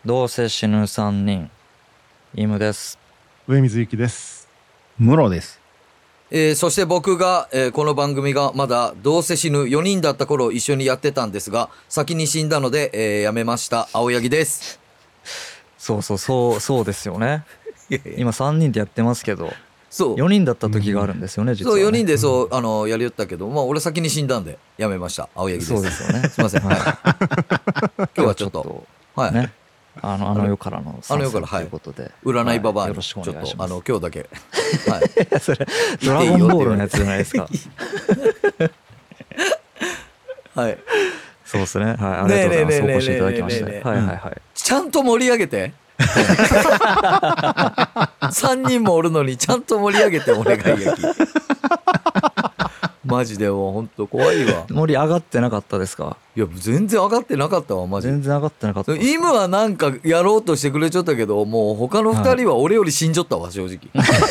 どうせ死ぬ3人。イムです。 上水幸です。 室です。 そして僕が、この番組がまだどうせ死ぬ4人だった頃一緒にやってたんですが、先に死んだので、やめました。青柳です。 そうですよね。今3人でやってますけど、そう4人だった時があるんですよね、実はね。 そう4人でやりよったけど、まあ俺先に死んだんでやめました。青柳です。 そうですよね。 すいません。はい、今日はちょっとはいね。 あの世からの参戦ということで、 占いババアによろしくお願いします。 今日だけ、 はい、それドラゴンボールのやつじゃないですか。 はい、 そうですね。はい、ありがとうございます。お越しいただきまして、はいはいはい。 ちゃんと盛り上げて。3人もおるのにちゃんと盛り上げてお願いやき。マジでもうほんと怖いわ。 盛り上がってなかったですか？ いや全然上がってなかったわマジで。 全然上がってなかった。 今はなんかやろうとしてくれちゃったけど、もう他の2人は俺より死んじゃったわ正直。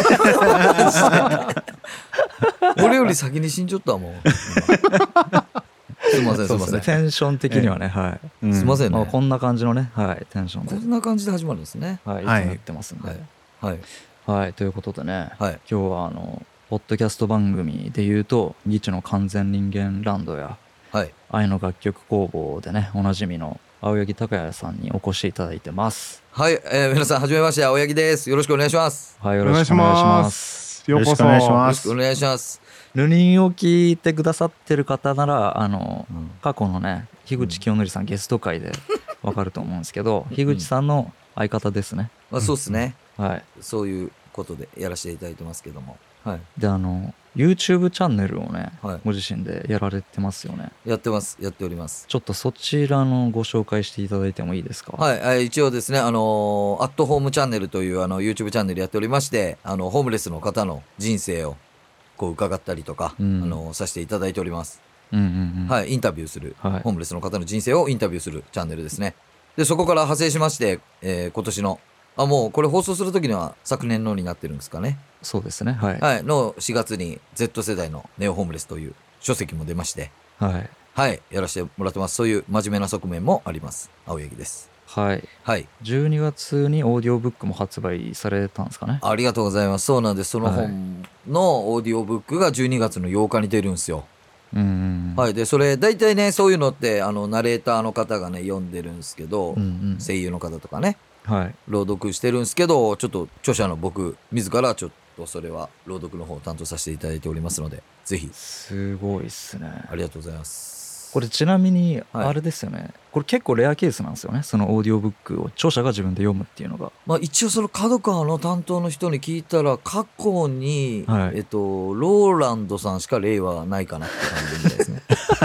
俺より先に死んじゃったもん。すいません。 テンション的にはね、はい。 すいませんね。 こんな感じのね、はい、テンションで。 こんな感じで始まるんですね。 はい、いつも言ってますんで。はい、ということでね、今日はポッドキャスト番組でいうと、ギチの完全人間ランドや、愛の楽曲工房でね、おなじみの青柳高也さんにお越しいただいてます。 はい、皆さんはじめまして、青柳です。よろしくお願いします。 はい、よろしくお願いします。 よろしくお願いします。 よろしくお願いします。 ヌニンを聞いてくださってる方なら過去のね樋口清則さんゲスト会でわかると思うんですけど、樋口さんの相方ですね。 そうですね。 はい。 そういうことでやらせていただいてますけども。はい。 でYouTube チャンネルをね、ご自身でやられてますよね。 やってます。やっております。 ちょっとそちらのご紹介していただいてもいいですか？ はい。一応ですね、アットホームチャンネルというYouTube チャンネルやっておりまして、ホームレスの方の人生をこう伺ったりとか、させていただいております。はい。インタビューする、ホームレスの方の人生をインタビューするチャンネルですね。で、そこから派生しまして、今年のもうこれ放送するときには昨年のになってるんですかね。 そうですね。はい。 はい。の4月に Z 世代のネオホームレスという書籍も出まして、 はい。 はい。やらせてもらってます。そういう真面目な側面もあります。青柳です。 はい。 はい。 12月にオーディオブックも発売されたんですかね。 ありがとうございます。そうなんです。その本のオーディオブックが12月の8日に出るんですよ。はい。で、それ、大体ね、そういうのって、ナレーターの方がね、読んでるんですけど、声優の方とかね、朗読してるんですけど、ちょっと著者の僕、自らちょっとそれは朗読の方を担当させていただいておりますので、ぜひ。 すごいっすね。 ありがとうございます。 これちなみにあれですよね、これ結構レアケースなんですよね、そのオーディオブックを著者が自分で読むっていうのが。 まあ一応その角川の担当の人に聞いたら、過去に、ローランドさんしか例はないかなって感じみたいですね。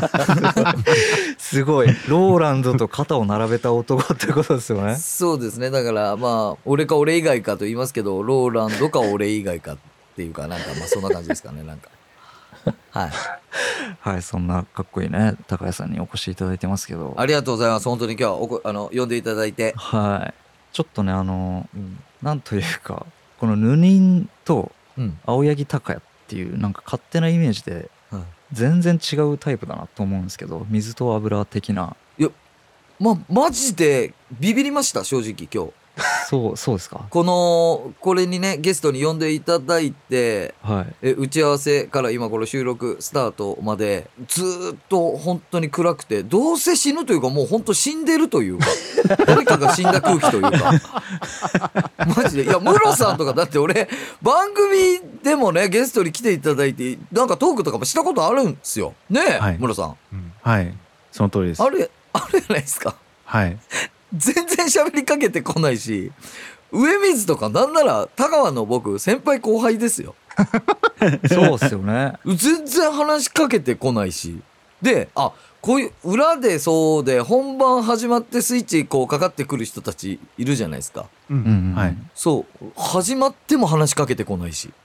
すごい、ローランドと肩を並べた男ってことですよね。 そうですね。だからまあ俺か俺以外かと言いますけど、ローランドか俺以外かっていうか、なんかまあそんな感じですかね。なんかはいはい、そんなかっこいいね高谷さんにお越しいただいてますけど、 ありがとうございます。本当に今日は呼んでいただいて、 はい、ちょっとねなんというか、このヌニンと青柳高也っていうなんか勝手なイメージで全然違うタイプだなと思うんですけど、水と油的な。 いやマジでビビりました正直今日。 そうですか。 これにねゲストに呼んでいただいて、打ち合わせから今この収録スタートまでずっと本当に暗くて、どうせ死ぬというかもう本当死んでるというか誰かが死んだ空気というかマジで。いや室さんとかだって俺番組でもねゲストに来ていただいてなんかトークとかもしたことあるんですよねえ、室さん。 はい、その通りです。 あるじゃないですか。 はい全然喋りかけてこないし、上水とかなんなら田川の僕先輩後輩ですよ。 そうっすよね。 全然話しかけてこないし、でこういう裏でそうで本番始まってスイッチこうかかってくる人たちいるじゃないですか。 はい。 そう始まっても話しかけてこないし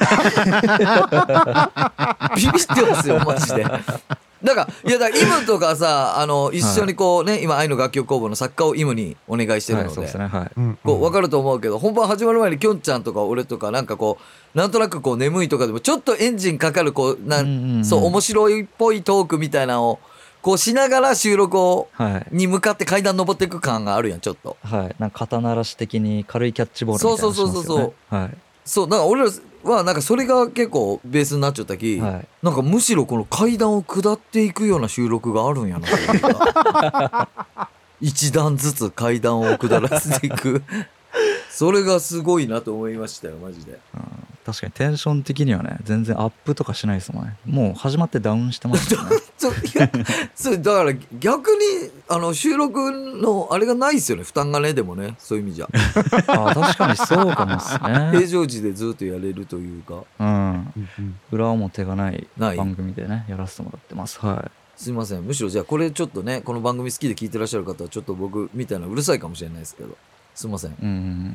ビビってますよマジで。だからイムとかさ一緒にこうね、今愛の楽曲工房の作家をイムにお願いしてるので、分かると思うけど、本番始まる前にきょんちゃんとか俺とかなんかこうなんとなくこう眠いとかでもちょっとエンジンかかるこうそう面白いっぽいトークみたいなのをこうしながら収録を、 はい、 に向かって階段登っていく感があるやんちょっと。 はい、なんか肩慣らし的に軽いキャッチボールみたいなのしますよね。そう、はい、 そうなんか俺らはなんかそれが結構ベースになっちゃったき、はい、なんかむしろこの階段を下っていくような収録があるんやなというか一段ずつ階段を下らせていくそれがすごいなと思いましたよマジで、 うん、確かにテンション的にはね全然アップとかしないですもんね。もう始まってダウンしてますよねそうだから逆に収録のあれがないですよね負担がねでもねそういう意味じゃあ確かにそうかもっすね。 平常時でずっとやれるというか、 うん、裏表がない番組でねやらせてもらってます。はい、 すいません。むしろじゃあこれちょっとねこの番組好きで聞いてらっしゃる方はちょっと僕みたいなうるさいかもしれないですけどすいません、うん、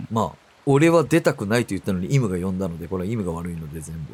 まあ俺は出たくないと言ったのにイムが呼んだのでこれはイムが悪いので全部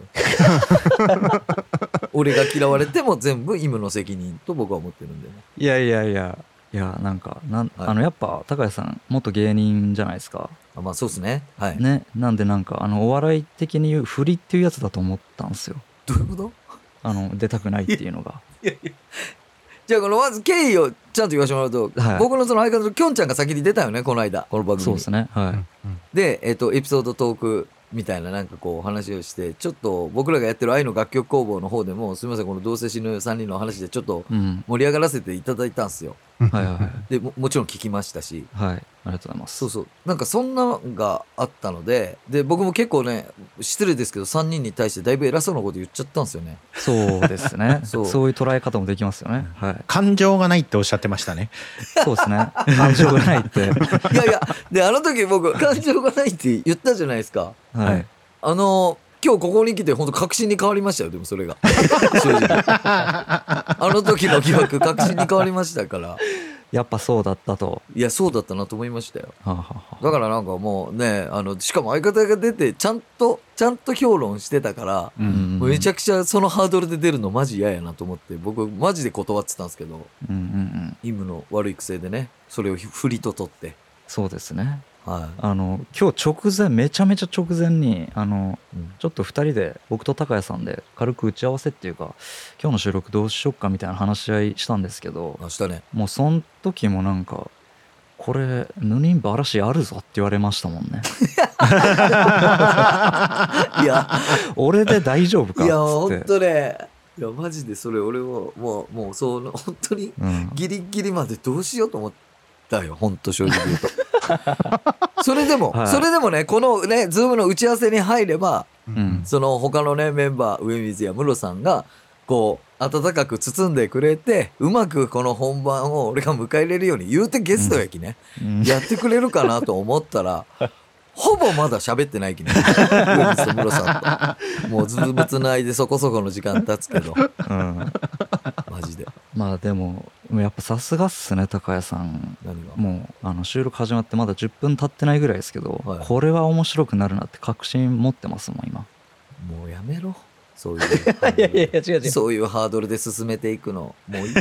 俺が嫌われても全部イムの責任と僕は思ってるんでね。 いやなんかはい、やっぱ高谷さん元芸人じゃないですか。 まあそうですね。はいね、なんでなんかお笑い的に言う振りっていうやつだと思ったんですよ。 どういうこと？ 出たくないっていうのがいやじゃあこのまず経緯をちゃんと言わせてもらうと、はい、僕のその相方のきょんちゃんが先に出たよねこの間この番組。 そうですね。はい。 でエピソードトークみたいななんかこう話をしてちょっと僕らがやってる愛の楽曲工房の方でもすみませんこのどうせ死ぬ3人の話でちょっと盛り上がらせていただいたんですよ、はいはいはい、で もちろん聞きましたし、 はい、ありがとうございます。 そうなんかそんなのがあったので僕も結構ね失礼ですけど3人に対してだいぶ偉そうなこと言っちゃったんですよね。 そうですねそういう捉え方もできますよね、はい、 感情がないっておっしゃってましたね。 そうですね感情がないっていやで時僕感情がないって言ったじゃないですか。はい、今日ここに来て本当確信に変わりましたよ。でもそれが正直時の疑惑確信に変わりましたからやっぱそうだったと。 いやそうだったなと思いましたよ。だからなんかもうねしかも相方が出てちゃんと評論してたから、もうめちゃくちゃそのハードルで出るのマジ嫌やなと思って僕マジで断ってたんですけど、イムの悪い癖でねそれを振りと取って。 そうですね。 はい、 今日めちゃめちゃ直前にちょっと2人で僕と高谷さんで軽く打ち合わせっていうか今日の収録どうしよっかみたいな話し合いしたんですけど、 ね、 もうその時もなんかこれヌニンバ嵐あるぞって言われましたもんねいや俺で大丈夫かっつって。いやほんとねいやマジでそれ俺ももうその本当にギリギリまでどうしようと思ったよ本当正直言うとそれでもねこのねズームの打ち合わせに入れば、その他のねメンバー上水や室さんがこう温かく包んでくれてうまくこの本番を俺が迎え入れるように言うてゲストやきね、やってくれるかなと思ったらほぼまだ喋ってないきね上水と室さんともうズームつないでそこそこの時間経つけど、マジで。 まあでもやっぱさすがっすね高谷さん。もう収録始まってまだ10分経ってないぐらいですけど、これは面白くなるなって確信持ってますもん今。 もうやめろそういう違うそういうハードルで進めていくのもういい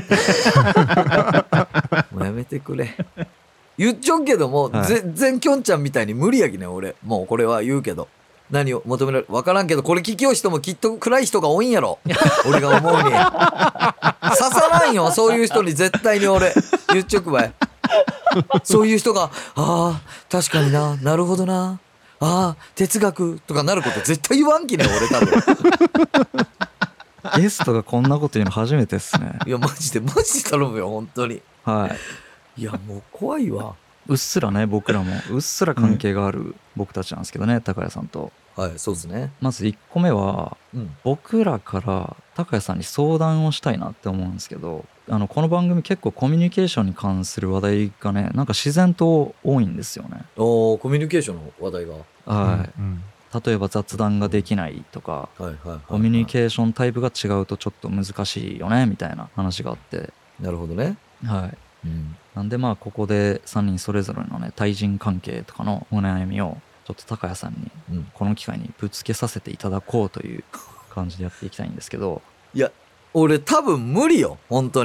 もうやめてくれ言っちゃうけども、全然きょんちゃんみたいに無理やきね俺もうこれは言うけど何を求められる分からんけどこれ聞きよう人もきっと暗い人が多いんやろ俺が思うに刺さらんよそういう人に絶対に俺言っちゃくばいそういう人が確かになるほどな哲学とかなること絶対言わんきね俺多分ゲストがこんなこと言うの初めてっすね。 いやマジで頼むよ本当に。いやもう怖いわ。 うっすらね僕らもうっすら関係がある僕たちなんですけどね、高谷さんと。 はいそうですね。 まず1個目は、僕らから高谷さんに相談をしたいなって思うんですけど、この番組結構コミュニケーションに関する話題がねなんか自然と多いんですよね。 コミュニケーションの話題が例えば雑談ができないとか、コミュニケーションタイプが違うとちょっと難しいよねみたいな話があって。 なるほどね。 なんでここで3人それぞれのね対人関係とかのお悩みをちょっと高谷さんにこの機会にぶつけさせていただこうという感じでやっていきたいんですけど。 いや俺多分無理よ本当に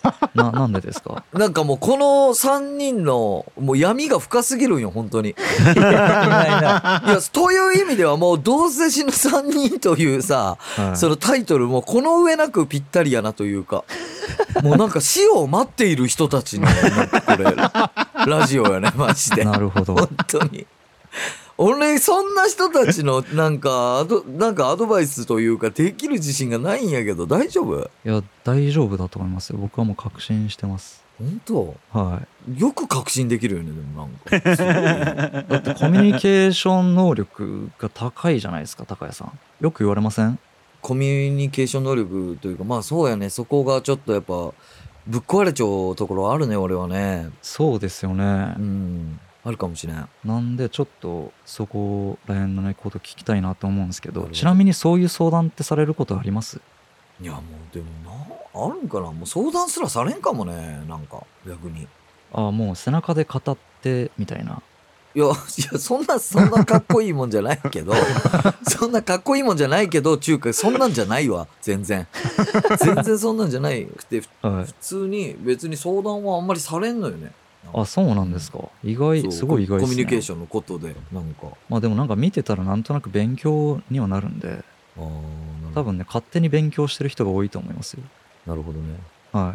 なんでですか？ なんかもうこの3人のもう闇が深すぎるんよ本当に。いやという意味ではもうどうせ死ぬ3人というさ、はい、そのタイトルもこの上なくぴったりやなというか、もうなんか死を待っている人たちのなんかこれラジオやねマジで。 なるほど。 本当に。俺そんな人たちのなんかアドバイスというかできる自信がないんやけど大丈夫？ いや大丈夫だと思いますよ。僕はもう確信してます。 本当？ はい。 よく確信できるよね。でもなんかすごいだってコミュニケーション能力が高いじゃないですか、高谷さん。よく言われません？ コミュニケーション能力というかまあそうやね。そこがちょっとやっぱぶっ壊れちゃうところあるね俺はね。 そうですよね。 うん。あるかもしれん。なんでちょっとそこら辺のねこと聞きたいなと思うんですけど、ちなみにそういう相談ってされることあります？ いやもうでもあるんかな。もう相談すらされんかもね。なんか逆にもう背中で語ってみたいな。 いやそんなかっこいいもんじゃないけどそんなかっこいいもんじゃないけど中華そんなんじゃないわ全然そんなんじゃないくて、はい、普通に別に相談はあんまりされんのよね。 そうなんですか。すごい意外ですね。 コミュニケーションのことでなんかまあでもなんか見てたらなんとなく勉強にはなるんで、多分ね勝手に勉強してる人が多いと思いますよ。 なるほどね。 はい。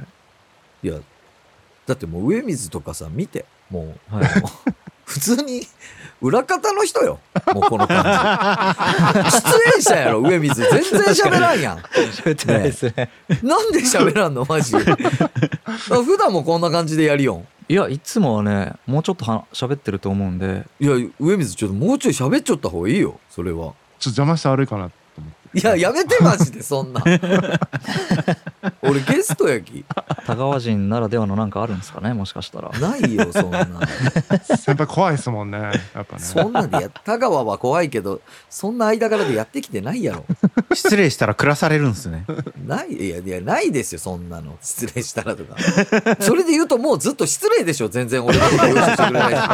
いやだってもう上水とかさ見てもう、はい、普通に裏方の人よもうこの感じ出演者やろ上水全然喋らんやん。 喋ってないですね。 なんで喋らんのマジで普段もこんな感じでやりよん。 いやいつもはねもうちょっと喋ってると思うんで。 いや上水ちょっともうちょい喋っちゃった方がいいよそれは。 ちょっと邪魔して悪いかなと思って。 いややめてマジでそんな俺ゲストやき。 田川人ならではのなんかあるんですかねもしかしたら。 ないよそんな先輩怖いですもんねやっぱね。 そんなんで田川は怖いけどそんな間柄でやってきてないやろ。 失礼したら暮らされるんですね。 いやないですよそんなの。失礼したらとかそれで言うともうずっと失礼でしょ。全然俺のこと用意してくれ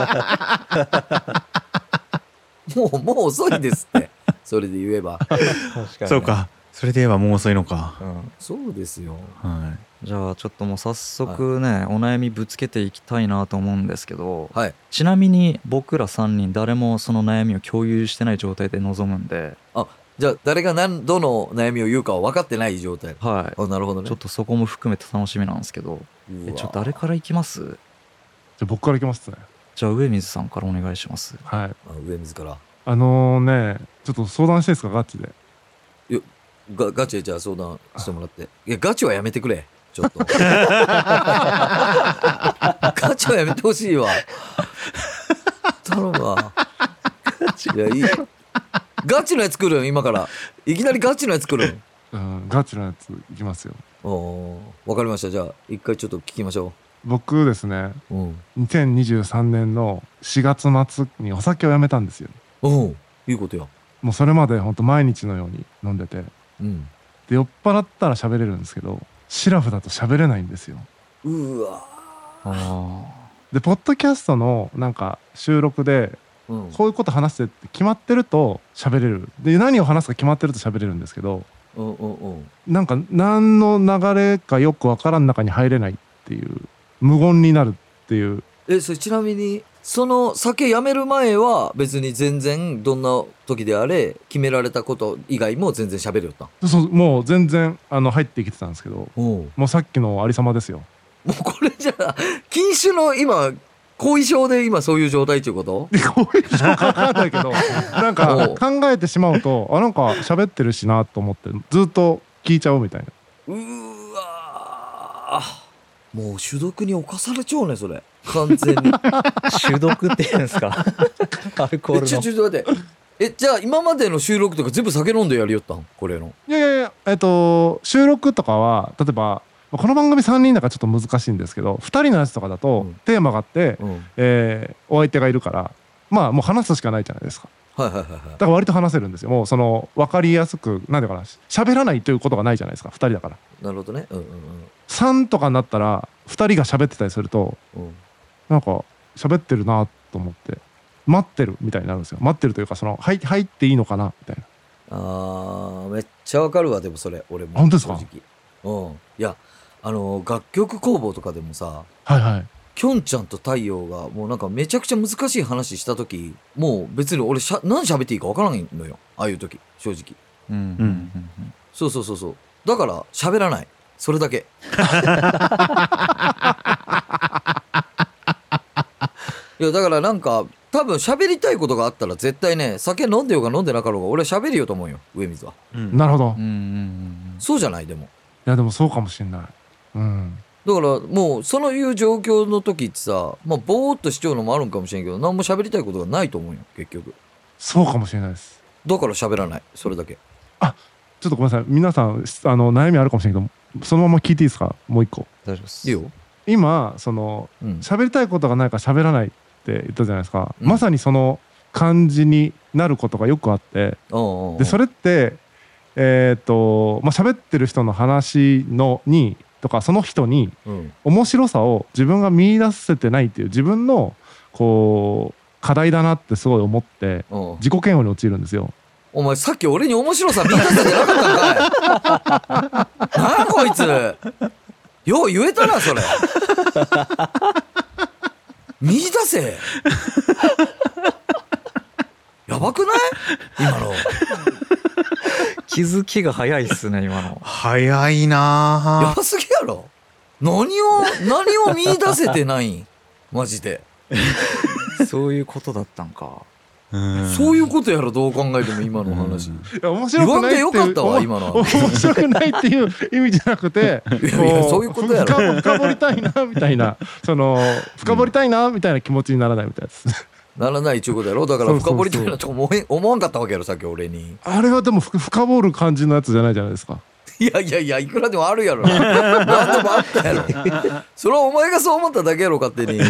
ないしもう遅いですってそれで言えば。 確かに、ね、そうかそれで言えばもう遅いのか、 そうですよ。 はい。じゃあちょっともう早速ね、はい、お悩みぶつけていきたいなと思うんですけど、はい、ちなみに僕ら3人誰もその悩みを共有してない状態で臨むんで。 じゃあ誰がどの悩みを言うかは分かってない状態。 はい。 なるほどね。 ちょっとそこも含めて楽しみなんですけど、ちょっと誰からいきます？じゃあ僕からいきますね。 じゃあ上水さんからお願いします。 はい。 上水から。 ねちょっと相談していいですかガチで。 いやガチでじゃあ相談してもらって。いやガチはやめてくれちょっとガチはやめてほしいわ頼むわ。いやいいガチのやつ来るん今からいきなりガチのやつ来るん。 ガチのやついきますよ。 わかりました。じゃあ一回ちょっと聞きましょう。 僕ですね、2023年の4月末にお酒をやめたんですよ。 いいことや。 もうそれまで本当毎日のように飲んでて、で酔っ払ったら喋れるんですけどシラフだと喋れないんですよ。 うわでポッドキャストのなんか収録でこういうこと話してって決まってると喋れる。で何を話すか決まってると喋れるんですけど、なんか何の流れかよくわからん中に入れないっていう、無言になるっていう。 それちなみにその酒やめる前は別に全然どんな時であれ決められたこと以外も全然喋るよった。 そうもう全然入ってきてたんですけど、もうさっきのありさまですよ。 もうこれじゃあ禁酒の今後遺症で今そういう状態っていうこと？ 後遺症か分かんないけどなんか考えてしまうとなんか喋ってるしなと思ってずっと聞いちゃうみたいな。 うわもう種毒に侵されちゃうねそれ完全に種毒って言うんですかアルコールの。 ちょっと待ってじゃあ今までの収録とか全部酒飲んでやりよったんこれの？ いや収録とかは例えばこの番組3人だからちょっと難しいんですけど2人のやつとかだとテーマがあって、お相手がいるからまあもう話すしかないじゃないですか。だから割と話せるんですよ。もうその分かりやすくなんていうかな喋らないということがないじゃないですか2人だから。 なるほどね。 3とかになったら2人が喋ってたりすると、なんか喋ってるなと思って待ってるみたいになるんですよ。待ってるというかその入っていいのかなみたいな。 めっちゃわかるわ。でもそれ俺も本当ですか？ いや楽曲工房とかでもさ、 はいはい。 きょんちゃんと太陽がもうなんかめちゃくちゃ難しい話した時、もう別に俺何喋っていいか分からないのよ、ああいう時正直。そうそうそうそう。だから喋らない、それだけ。いやだからなんか多分喋りたいことがあったら絶対ね、酒飲んでようが飲んでなかろうが俺は喋るよと思うよ、上水は。 なるほど。 そうじゃない？でもいやでもそうかもしれない。 だからもうそういう状況の時ってさ、まあぼーっとしちゃうのもあるんかもしれんけど、何も喋りたいことがないと思うよ結局。 そうかもしれないです。 だから喋らない、それだけ。 あ、ちょっとごめんなさい、皆さん悩みあるかもしれんけど、そのまま聞いていいですか？もう一個。 大丈夫です。 いいよ。今喋りたいことがないから喋らないって言ったじゃないですか。まさにその感じになることがよくあって、でそれって喋ってる人の話にとかその人に面白さを自分が見出せてないっていう自分のこう課題だなってすごい思って自己嫌悪に陥るんですよ。 お前さっき俺に面白さ見出せてなかったんかい。なあこいつ、よう言えたなそれ。見出せ。やばくない今の。 気づきが早いっすね今の。 早いな。 やばすぎやろ。何を見出せてないんマジで。 そういうことだったんか。 そういうことやろ、どう考えても今の話。いや面白くないっていう、 よかったわ今の。 面白くないっていう意味じゃなくて、 そういうことやろ。 深掘りたいなみたいな、深掘りたいなみたいな気持ちにならないみたいです。 ならないっちゅうことやろ。だから深掘りたいなと思わんかったわけやろさっき俺に。 あれはでも深掘る感じのやつじゃないじゃないですか。 いやいくらでもあるやろ。何でもあったやろ。それはお前がそう思っただけやろ勝手に。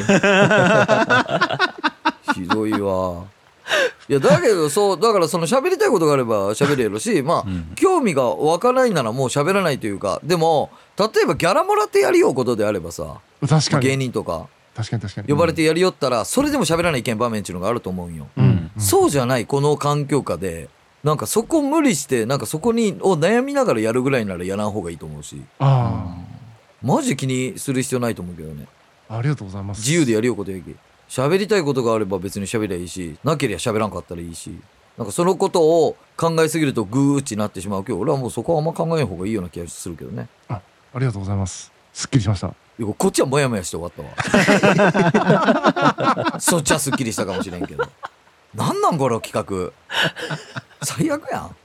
ひどいわ。いやだけどだからその喋りたいことがあれば喋れるし、まあ、興味が湧かないならもう喋らないというか。でも例えばギャラもらってやりようことであればさ、 確かに芸人とか確かに呼ばれてやりよったらそれでも喋らないけん場面っていうのがあると思うんよ。そうじゃないこの環境下でなんかそこ無理してなんかそこを悩みながらやるぐらいならやらん方がいいと思うし。マジで気にする必要ないと思うけどね。 ありがとうございます。 自由でやりようことやき。喋りたいことがあれば別に喋りゃいいし、なければ喋らんかったらいいし、なんかそのことを考えすぎるとグーッチなってしまうけど、俺はもうそこはあんま考えん方がいいような気がするけどね。 ありがとうございます。すっきりしました。 こっちはモヤモヤして終わったわ。そっちはすっきりしたかもしれんけど。なんなんこの企画。最悪やん。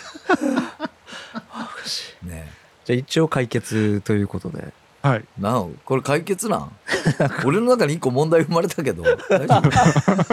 ねえ。じゃあ一応解決ということで。 はい。 これ解決なん俺の中に一個問題生まれたけど大丈夫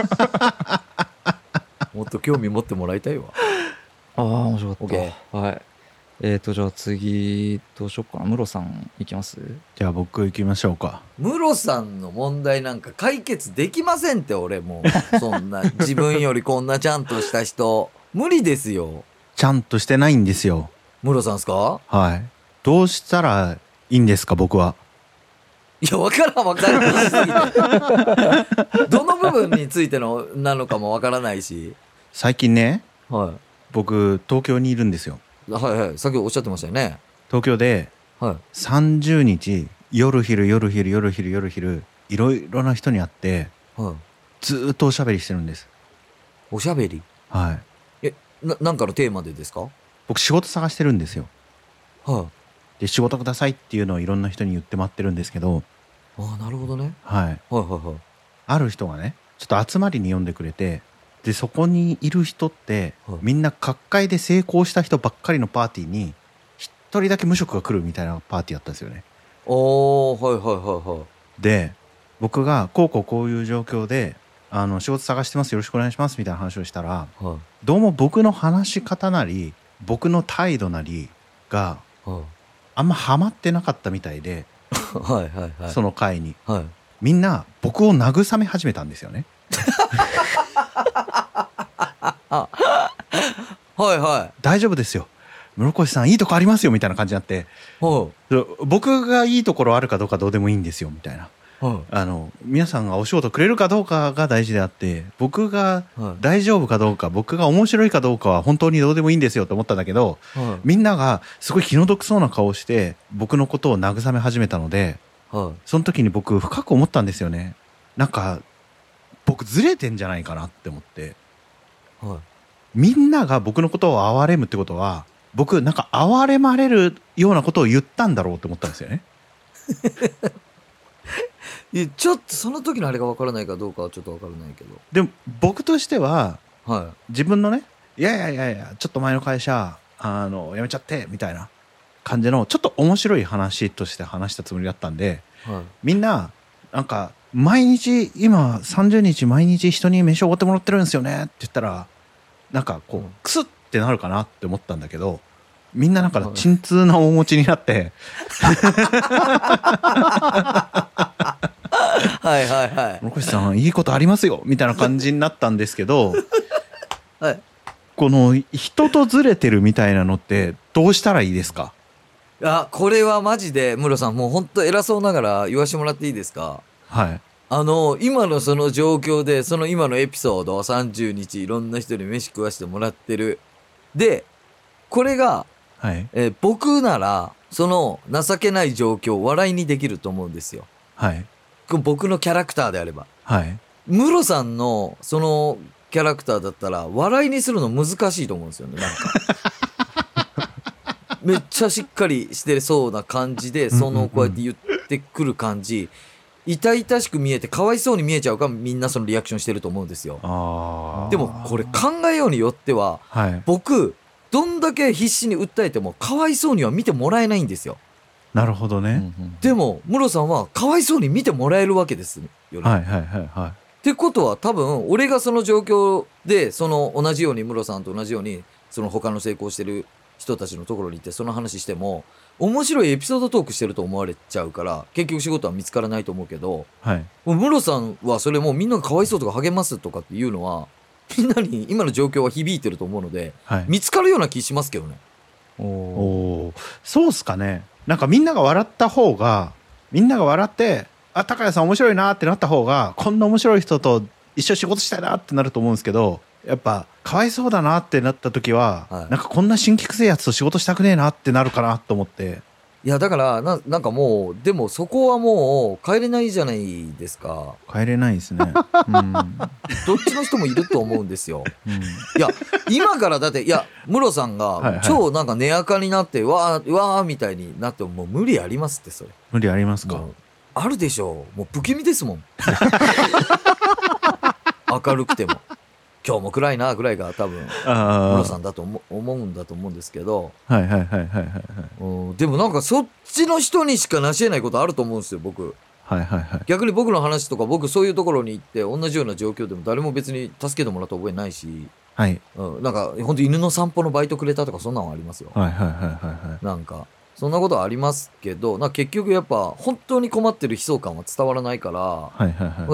もっと興味持ってもらいたいわ。 面白かった。はい。じゃあ次どうしようかな。ムロさんいきます？ じゃあ僕行きましょうか。 ムロさんの問題なんか解決できませんって。俺もうそんな自分よりこんなちゃんとした人無理ですよ。 ちゃんとしてないんですよ。 ムロさんですか？ はい。どうしたらいいんですか僕は。 いや分からんしすぎてどの部分についてのなのかも分からないし。 最近ね、 僕東京にいるんですよ。 さっきおっしゃってましたよね。 東京で30日夜昼いろいろな人に会って、ずっとおしゃべりしてるんです。 おしゃべり？ はい。 なんかのテーマでですか？ 僕仕事探してるんですよ。で仕事くださいっていうのをいろんな人に言って待ってるんですけど。 なるほどね。 ある人がねちょっと集まりに呼んでくれて、でそこにいる人って、みんな各界で成功した人ばっかりのパーティーに一人だけ無職が来るみたいなパーティーやったんですよね。で僕がこういう状況で仕事探してます、よろしくお願いしますみたいな話をしたら、どうも僕の話し方なり僕の態度なりが、あんまハマってなかったみたいでその会に、みんな僕を慰め始めたんですよね。大丈夫ですよ室越さんいいとこありますよみたいな感じになって、僕がいいところあるかどうかどうでもいいんですよみたいな。 皆さんがお仕事くれるかどうかが大事であって、僕が大丈夫かどうか、僕が面白いかどうかは本当にどうでもいいんですよと思ったんだけど、みんながすごい気の毒そうな顔をして僕のことを慰め始めたので、その時に僕深く思ったんですよね。なんか僕ずれてんじゃないかなって思って、みんなが僕のことを憐れむってことは、僕なんか憐れまれるようなことを言ったんだろうって思ったんですよね。 いやちょっとその時のあれが分からないかどうかはちょっと分からないけど、 でも僕としては、自分のね、いやちょっと前の会社辞めちゃってみたいな感じのちょっと面白い話として話したつもりだったんで、みんななんか毎日今30日毎日人に飯をおごってもらってるんですよねって言ったら、なんかこうクスってなるかなって思ったんだけど、みんななんか鎮痛な面持ちになって森越さんいいことありますよみたいな感じになったんですけど、この人とずれてるみたいなのってどうしたらいいですか？ これはマジでムロさん、もう本当偉そうながら言わしてもらっていいですか？今のその状況で、その今のエピソード30日いろんな人に飯食わしてもらってるで、これが、僕ならその情けない状況を笑いにできると思うんですよ。僕のキャラクターであれば、ムロさんのそのキャラクターだったら笑いにするの難しいと思うんですよね。なんかめっちゃしっかりしてそうな感じで、そのこうやって言ってくる感じ、痛々しく見えてかわいそうに見えちゃうからみんなそのリアクションしてると思うんですよ。でもこれ考えようによっては、僕どんだけ必死に訴えてもかわいそうには見てもらえないんですよ。 なるほどね。 でもムロさんはかわいそうに見てもらえるわけですよね。ってことは多分俺がその状況でその同じようにムロさんと同じようにその他の成功してる人たちのところに行ってその話しても面白いエピソードトークしてると思われちゃうから、結局仕事は見つからないと思うけど、ムロさんはそれもみんながかわいそうとか励ますとかっていうのはみんなに今の状況は響いてると思うので、見つかるような気しますけどね。 そうっすかね。なんかみんなが笑った方が、みんなが笑って高谷さん面白いなってなった方が、こんな面白い人と一緒仕事したいなってなると思うんですけど、やっぱかわいそうだなってなった時は、なんかこんな新規くせえやつと仕事したくねえなってなるかなと思って。 いやだからなんかもうでもそこはもう帰れないじゃないですか。 帰れないですね、どっちの人もいると思うんですよ、いや今からだってムロさんが超なんか根垢になってわーみたいになってももう無理ありますって。それ無理ありますか？ あるでしょう。もう不気味ですもん明るくても今日も暗いなぐらいが多分ムロさんだと思うんだと思うんですけど、でもなんかそっちの人にしか成し得ないことあると思うんですよ僕。逆に僕の話とか僕そういうところに行って同じような状況でも誰も別に助けてもらった覚えないし、なんか本当犬の散歩のバイトくれたとかそんなのありますよ。なんかそんなことはありますけど、なんか結局やっぱ本当に困ってる悲壮感は伝わらないから、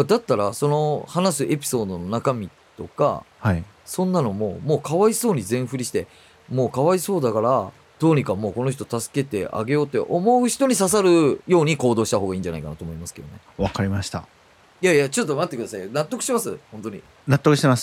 だったらその話すエピソードの中身とか、そんなのもうかわいそうに全振りしてもうかわいそうだからどうにかもうこの人助けてあげようって思う人に刺さるように行動した方がいいんじゃないかなと思いますけどね。 わかりました。 いやちょっと待ってください。納得します？本当に納得してます。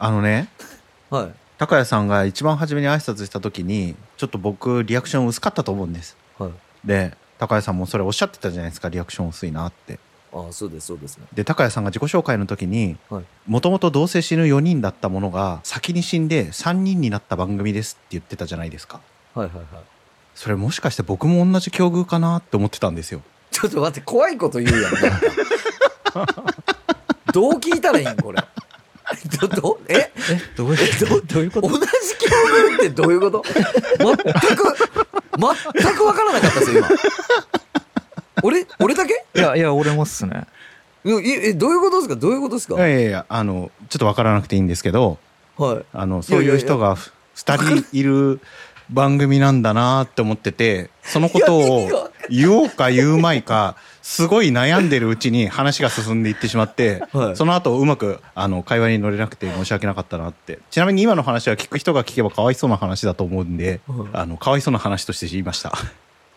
高谷さんが一番初めに挨拶した時にちょっと僕リアクション薄かったと思うんです、で高谷さんもそれおっしゃってたじゃないですか、リアクション薄いなって。 そうですそうですね。 で高谷さんが自己紹介の時にもともとどうせ死ぬ4人だったものが先に死んで3人になった番組ですって言ってたじゃないですか。それもしかして僕も同じ境遇かなって思ってたんですよ。 ちょっと待って、怖いこと言うやんどう聞いたらいいんこれどういうこと？同じ境遇ってどういうこと？全く分からなかったですよ今俺だけ？ いや俺もっすね。 どういうことですか？どういうことですか？ いやちょっと分からなくていいんですけど、そういう人が2人いる番組なんだなって思ってて、そのことを言おうか言うまいかすごい悩んでるうちに話が進んでいってしまって、その後うまく会話に乗れなくて申し訳なかったなって。ちなみに今の話は聞く人が聞けばかわいそうな話だと思うんで、かわいそうな話として言いました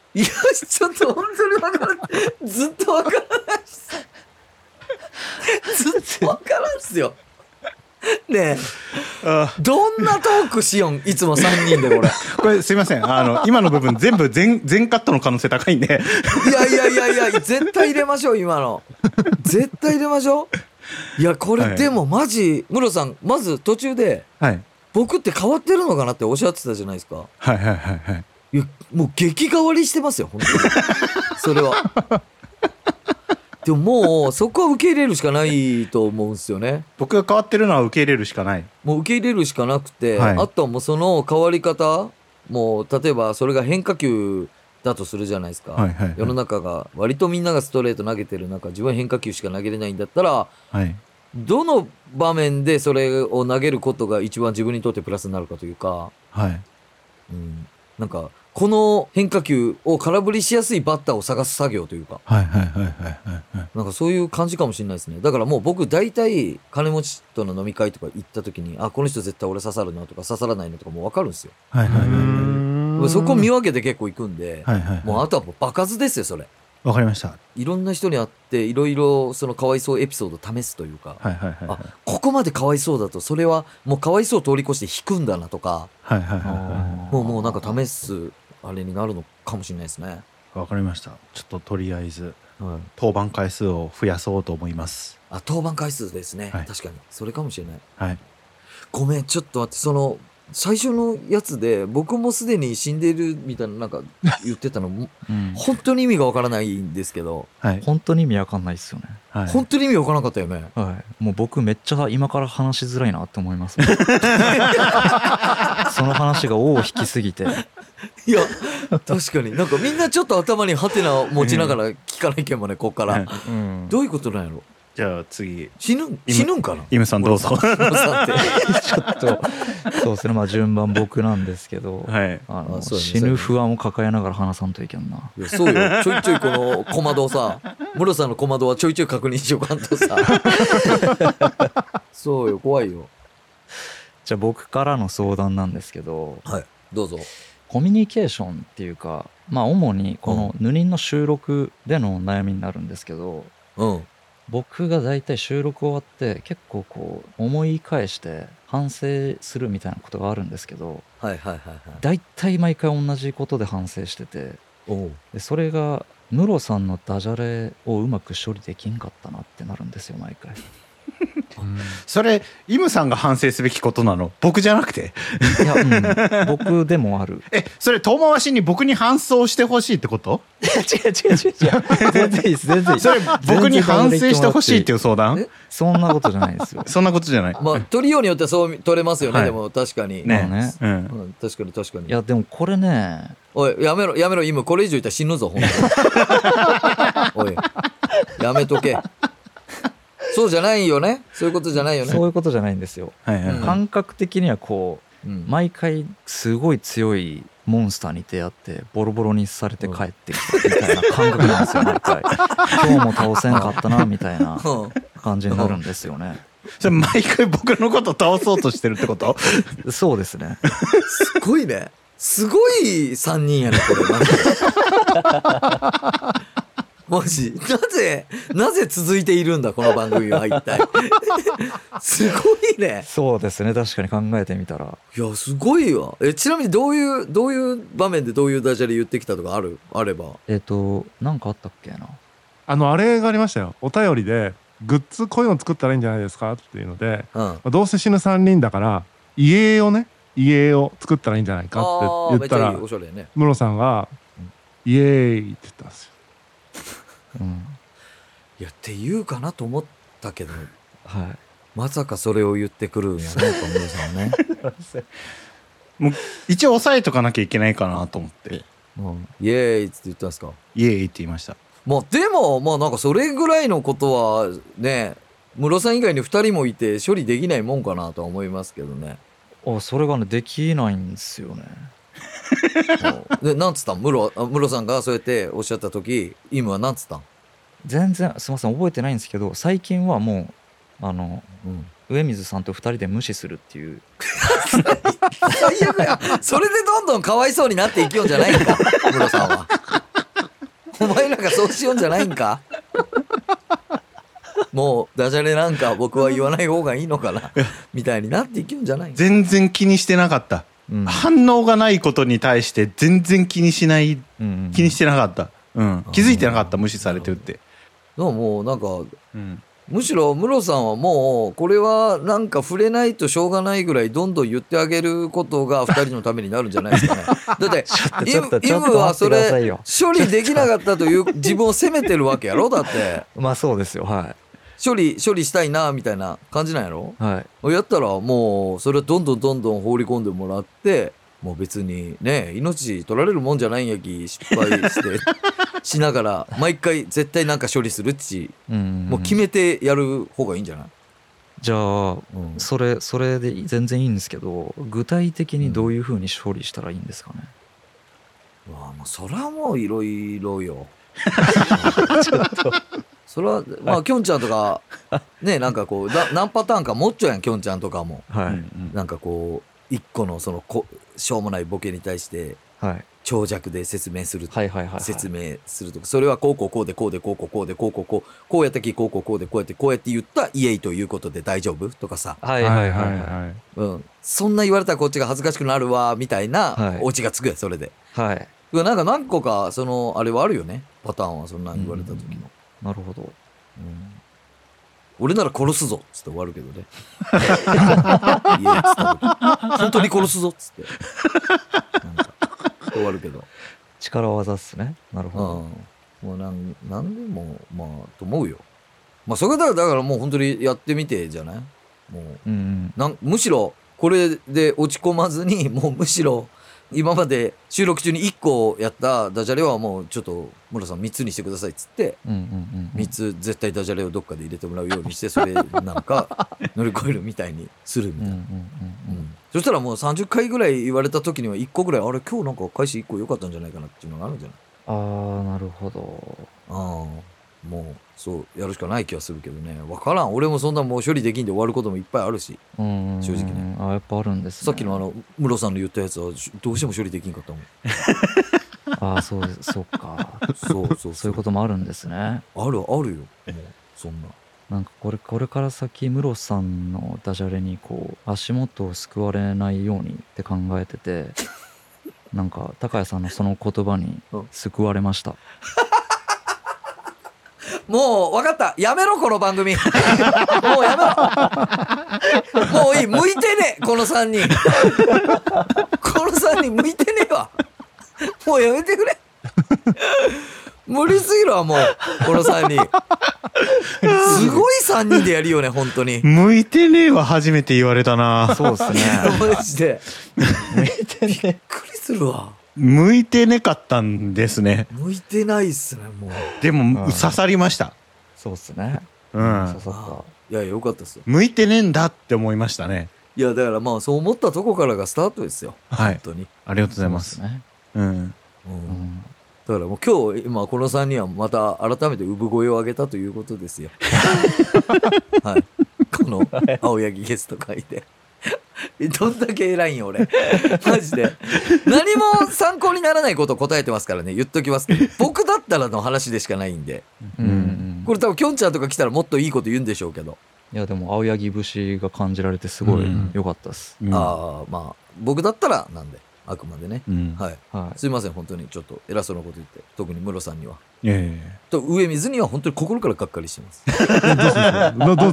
いやちょっと本当に分からん、ずっと分からないっすずっと分からんっすよねえ、どんなトークしよんいつも3人でこれすいません、今の部分全部全カットの可能性高いんでいや絶対入れましょう、今の絶対入れましょう。いやこれ、はい、でもマジムロさんまず途中で、はい、僕って変わってるのかなっておっしゃってたじゃないですか。 はいはいはいはい。 いやもう激変わりしてますよ本当にそれはでももうそこは受け入れるしかないと思うんですよね。 僕が変わってるのは受け入れるしかない。 もう受け入れるしかなくて、はい、あとはもうその変わり方もう例えばそれが変化球だとするじゃないですか、はいはいはい、世の中が割とみんながストレート投げてる中自分は変化球しか投げれないんだったら、はい、どの場面でそれを投げることが一番自分にとってプラスになるかというか、はいなんかこの変化球を空振りしやすいバッターを探す作業というか、はいはいはいはいなんかそういう感じかもしれないですね。だからもう僕大体金持ちとの飲み会とか行った時にこの人絶対俺刺さるなとか刺さらないのとかもう分かるんですよ。はいはいはい、そこ見分けて結構行くんで、はいはいはい、もうあとはもう場数ですよそれ。 わかりました。 いろんな人に会っていろいろそのかわいそうエピソードを試すというか、はいはいはいはい、ここまでかわいそうだとそれはもうかわいそうを通り越して引くんだなとか、はいはいはいはい、もうなんか試すあれになるのかもしれないですね。 わかりました。ちょっととりあえず、登板回数を増やそうと思います。 登板回数ですね、はい、確かにそれかもしれない、はい、ごめんちょっと待って、その最初のやつで僕もすでに死んでるみたいななんか言ってたのも、うん、本当に意味がわからないんですけど、 はい、本当に意味わかんないですよね、 はい、本当に意味わからなかったよね、 はい、もう僕めっちゃ今から話しづらいなって思いますその話が尾を引きすぎていや確かになんかみんなちょっと頭にハテナ持ちながら聞かないけんもねこっから、うん、どういうことなんやろ。 じゃあ次死ぬんかな。 イムさんどうぞちょっとそうですね、まあ順番僕なんですけど、はい、死ぬ不安を抱えながら話さんといけんな。 いやそうよ、ちょいちょいこの小窓をさムロさんの小窓はちょいちょい確認しようかんとさそうよ怖いよ。 じゃあ僕からの相談なんですけど、 はいどうぞ。 コミュニケーションっていうか、まあ主にこのヌニンの収録での悩みになるんですけど、うん、僕がだいたい収録終わって結構こう思い返して反省するみたいなことがあるんですけど、はいはいはいはい、だいたい毎回同じことで反省してて、でそれがムロさんのダジャレをうまく処理できんかったなってなるんですよ毎回それイムさんが反省すべきことなの？僕じゃなくて？ いや、うん、僕でもある。 それ遠回しに僕に反省してほしいってこと？ 違う全然いいです全然いいです。 それ僕に反省してほしいっていう相談？ そんなことじゃないですよ。 そんなことじゃない。 まあ取りようによってはそう取れますよね、はい、でも確かにね、まあね、 うん、確かに。 いやでもこれね、 おいやめろ今これ以上言ったら死ぬぞほんとおいやめとけ。そうじゃないよね。そういうことじゃないよね。 そういうことじゃないんですよ、はいはいはい、感覚的にはこう、毎回すごい強いモンスターに出会ってボロボロにされて帰ってきたみたいな感覚なんですよ毎回今日も倒せんかったなみたいな感じになるんですよね。 それ毎回僕のこと倒そうとしてるってこと？ そうですね。 すごいね。すごい3人やねこれマジなぜ続いているんだこの番組は一体すごいね。 そうですね、確かに考えてみたら。 いやすごいわ。ちなみにどういう場面でどういうダジャレ言ってきたとかあれば。 なんかあったっけな。 あれがありましたよ。お便りでグッズこういうの作ったらいいんじゃないですかっていうので、どうせ死ぬ3人だから家を作ったらいいんじゃないかって言ったら、ムロさんがイエーイって言ったんですよ。 いやって言うかなと思ったけど、 はい、 まさかそれを言ってくるんやね小室さんはねもう一応押さえとかなきゃいけないかなと思って、 イエーイって言ったんですか？ イエーイって言いました。 でもなんかそれぐらいのことはねムロさん以外に2人もいて処理できないもんかなとは思いますけどね。 それがねできないんですよねでなんつったん？ムロさんがそうやっておっしゃった時イムはなんつったん？ 全然すいません覚えてないんですけど、最近はもう上水さんと2人で無視するっていう最悪や。それでどんどんかわいそうになっていきようじゃないんかムロさんは。 がそうしようんじゃないんかもうダジャレなんか僕は言わない方がいいのかなみたいになっていくんじゃないんか。 全然気にしてなかった、うん、反応がないことに対して全然気にしない、気にしてなかった、うん、気づいてなかった、無視されてるって。 もうなんか、むしろムロさんはもうこれはなんか触れないとしょうがないぐらいどんどん言ってあげることが2人のためになるんじゃないですかね。だってイムはそれ処理できなかったという自分を責めてるわけやろ。だってまあそうですよ、はい。 処理したいなみたいな感じなんやろ、 はい、 やったらもうそれをどんどん放り込んでもらって、もう別にね命取られるもんじゃないんやき、失敗してしながら毎回絶対なんか処理するっち、もう決めてやる方がいいんじゃない？ じゃあ、それで全然いいんですけど、具体的にどういうふうに処理したらいいんですかね？ もうそれはもういろいろよちょっとそれはまあきょんちゃんとかね、なんかこう何パターンか持っちゃうやん、きょんちゃんとかも、 はい、 なんかこう一個のそのしょうもないボケに対して長尺で説明する、説明するとか、それはこうでこうでこうでこうやったきこうでこうやって言ったイエイということで大丈夫とかさ、そんな言われたらこっちが恥ずかしくなるわみたいなオチがつくや、それで、 はい、 なんか何個かそのあれはあるよね、パターンは。そんな言われた時の、 なるほど、 俺なら殺すぞっつって終わるけどねいやっつった時本当に殺すぞっつってなんか終わるけど、 力技っすね。なるほど、もうなんでもまあと思うよ。まあそれだからもう本当にやってみてじゃない、もう、むしろこれで落ち込まずに、もうむしろ今まで収録中に1個やったダジャレはもうちょっと村さん3つにしてくださいっつって、3つ絶対ダジャレをどっかで入れてもらうようにして、それなんか乗り越えるみたいにするみたいな。そしたらもう30回ぐらい言われた時には1個ぐらい、あれ今日なんか開始1個良かったんじゃないかなっていうのがあるんじゃない？ ああ、なるほど。 もうそうやるしかない気はするけどね。分からん、俺もそんなもう処理できんで終わることもいっぱいあるし、正直ね。 やっぱあるんですね。 さっきのムロさんの言ったやつはどうしても処理できんかったもんそうかそういうこともあるんですね。 あるよ、もうそんな。 なんかこれから先ムロさんのダジャレにこう足元をすくわれないようにって考えててなんか高谷さんのその言葉に救われましたもう分かった、やめろこの番組もうやめろもういい、向いてねえこの3人この3人向いてねえわ、もうやめてくれ無理すぎるわもうこの3人すごい3人でやるよね本当に。 向いてねえは初めて言われたな。 そうですねマジで向いてねえ、びっくりするわ。 向いてねかったんですね。 向いてないっすね。もうでも刺さりました。 そうっすね、 刺さった。いやよかったっすよ。 向いてねえんだって思いましたね。 いやだからまあそう思ったとこからがスタートですよ、 はい、 本当にありがとうございます。 だからもう今日今この3人はまた改めて産声を上げたということですよはい、この青柳ゲスト会でどんだけ偉いんよ俺マジで何も参考にならないことを答えてますからね、言っときますけど僕だったらの話でしかないんで、これ多分きょんちゃんとか来たらもっといいこと言うんでしょうけど、 いやでも青柳節が感じられてすごい良かったです、 まあ僕だったらなんであくまでね、すいません本当にちょっと偉そうなこと言って、特にムロさんにはと上水には本当に心からがっかりしてますどうぞ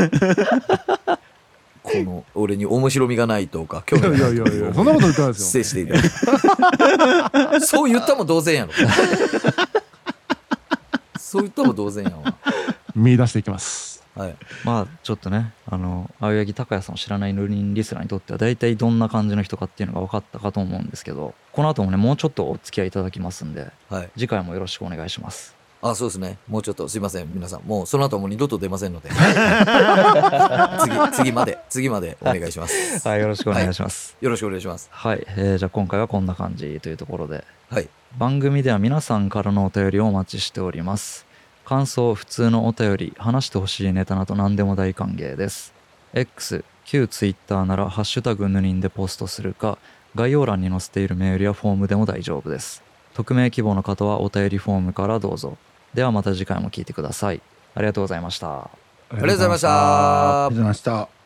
この俺に面白みがないとか興味がないとか、 いやそんなこと言ったんですよ。 失礼していただいてそう言ったも同然やろそう言ったも同然やわ。 見出していきます。 はい、まあちょっとね青柳高也さんを知らないヌリンリスナーにとっては大体どんな感じの人かっていうのが分かったかと思うんですけど、この後もねもうちょっとお付き合いいただきますんで、次回もよろしくお願いします。 そうですね、もうちょっとすいません皆さん、もうその後もう二度と出ませんので次までお願いしますはい、よろしくお願いします、 よろしくお願いします。 はい、じゃあ今回はこんな感じというところで、番組では皆さんからのお便りをお待ちしております。感想、普通のお便り、話してほしいネタなど何でも大歓迎です。 X、旧 Twitter ならハッシュタグヌニンでポストするか、概要欄に載せているメールやフォームでも大丈夫です。 匿名希望の方はお便りフォームからどうぞ。ではまた次回も聞いてください。ありがとうございました。 ありがとうございました。 ありがとうございました。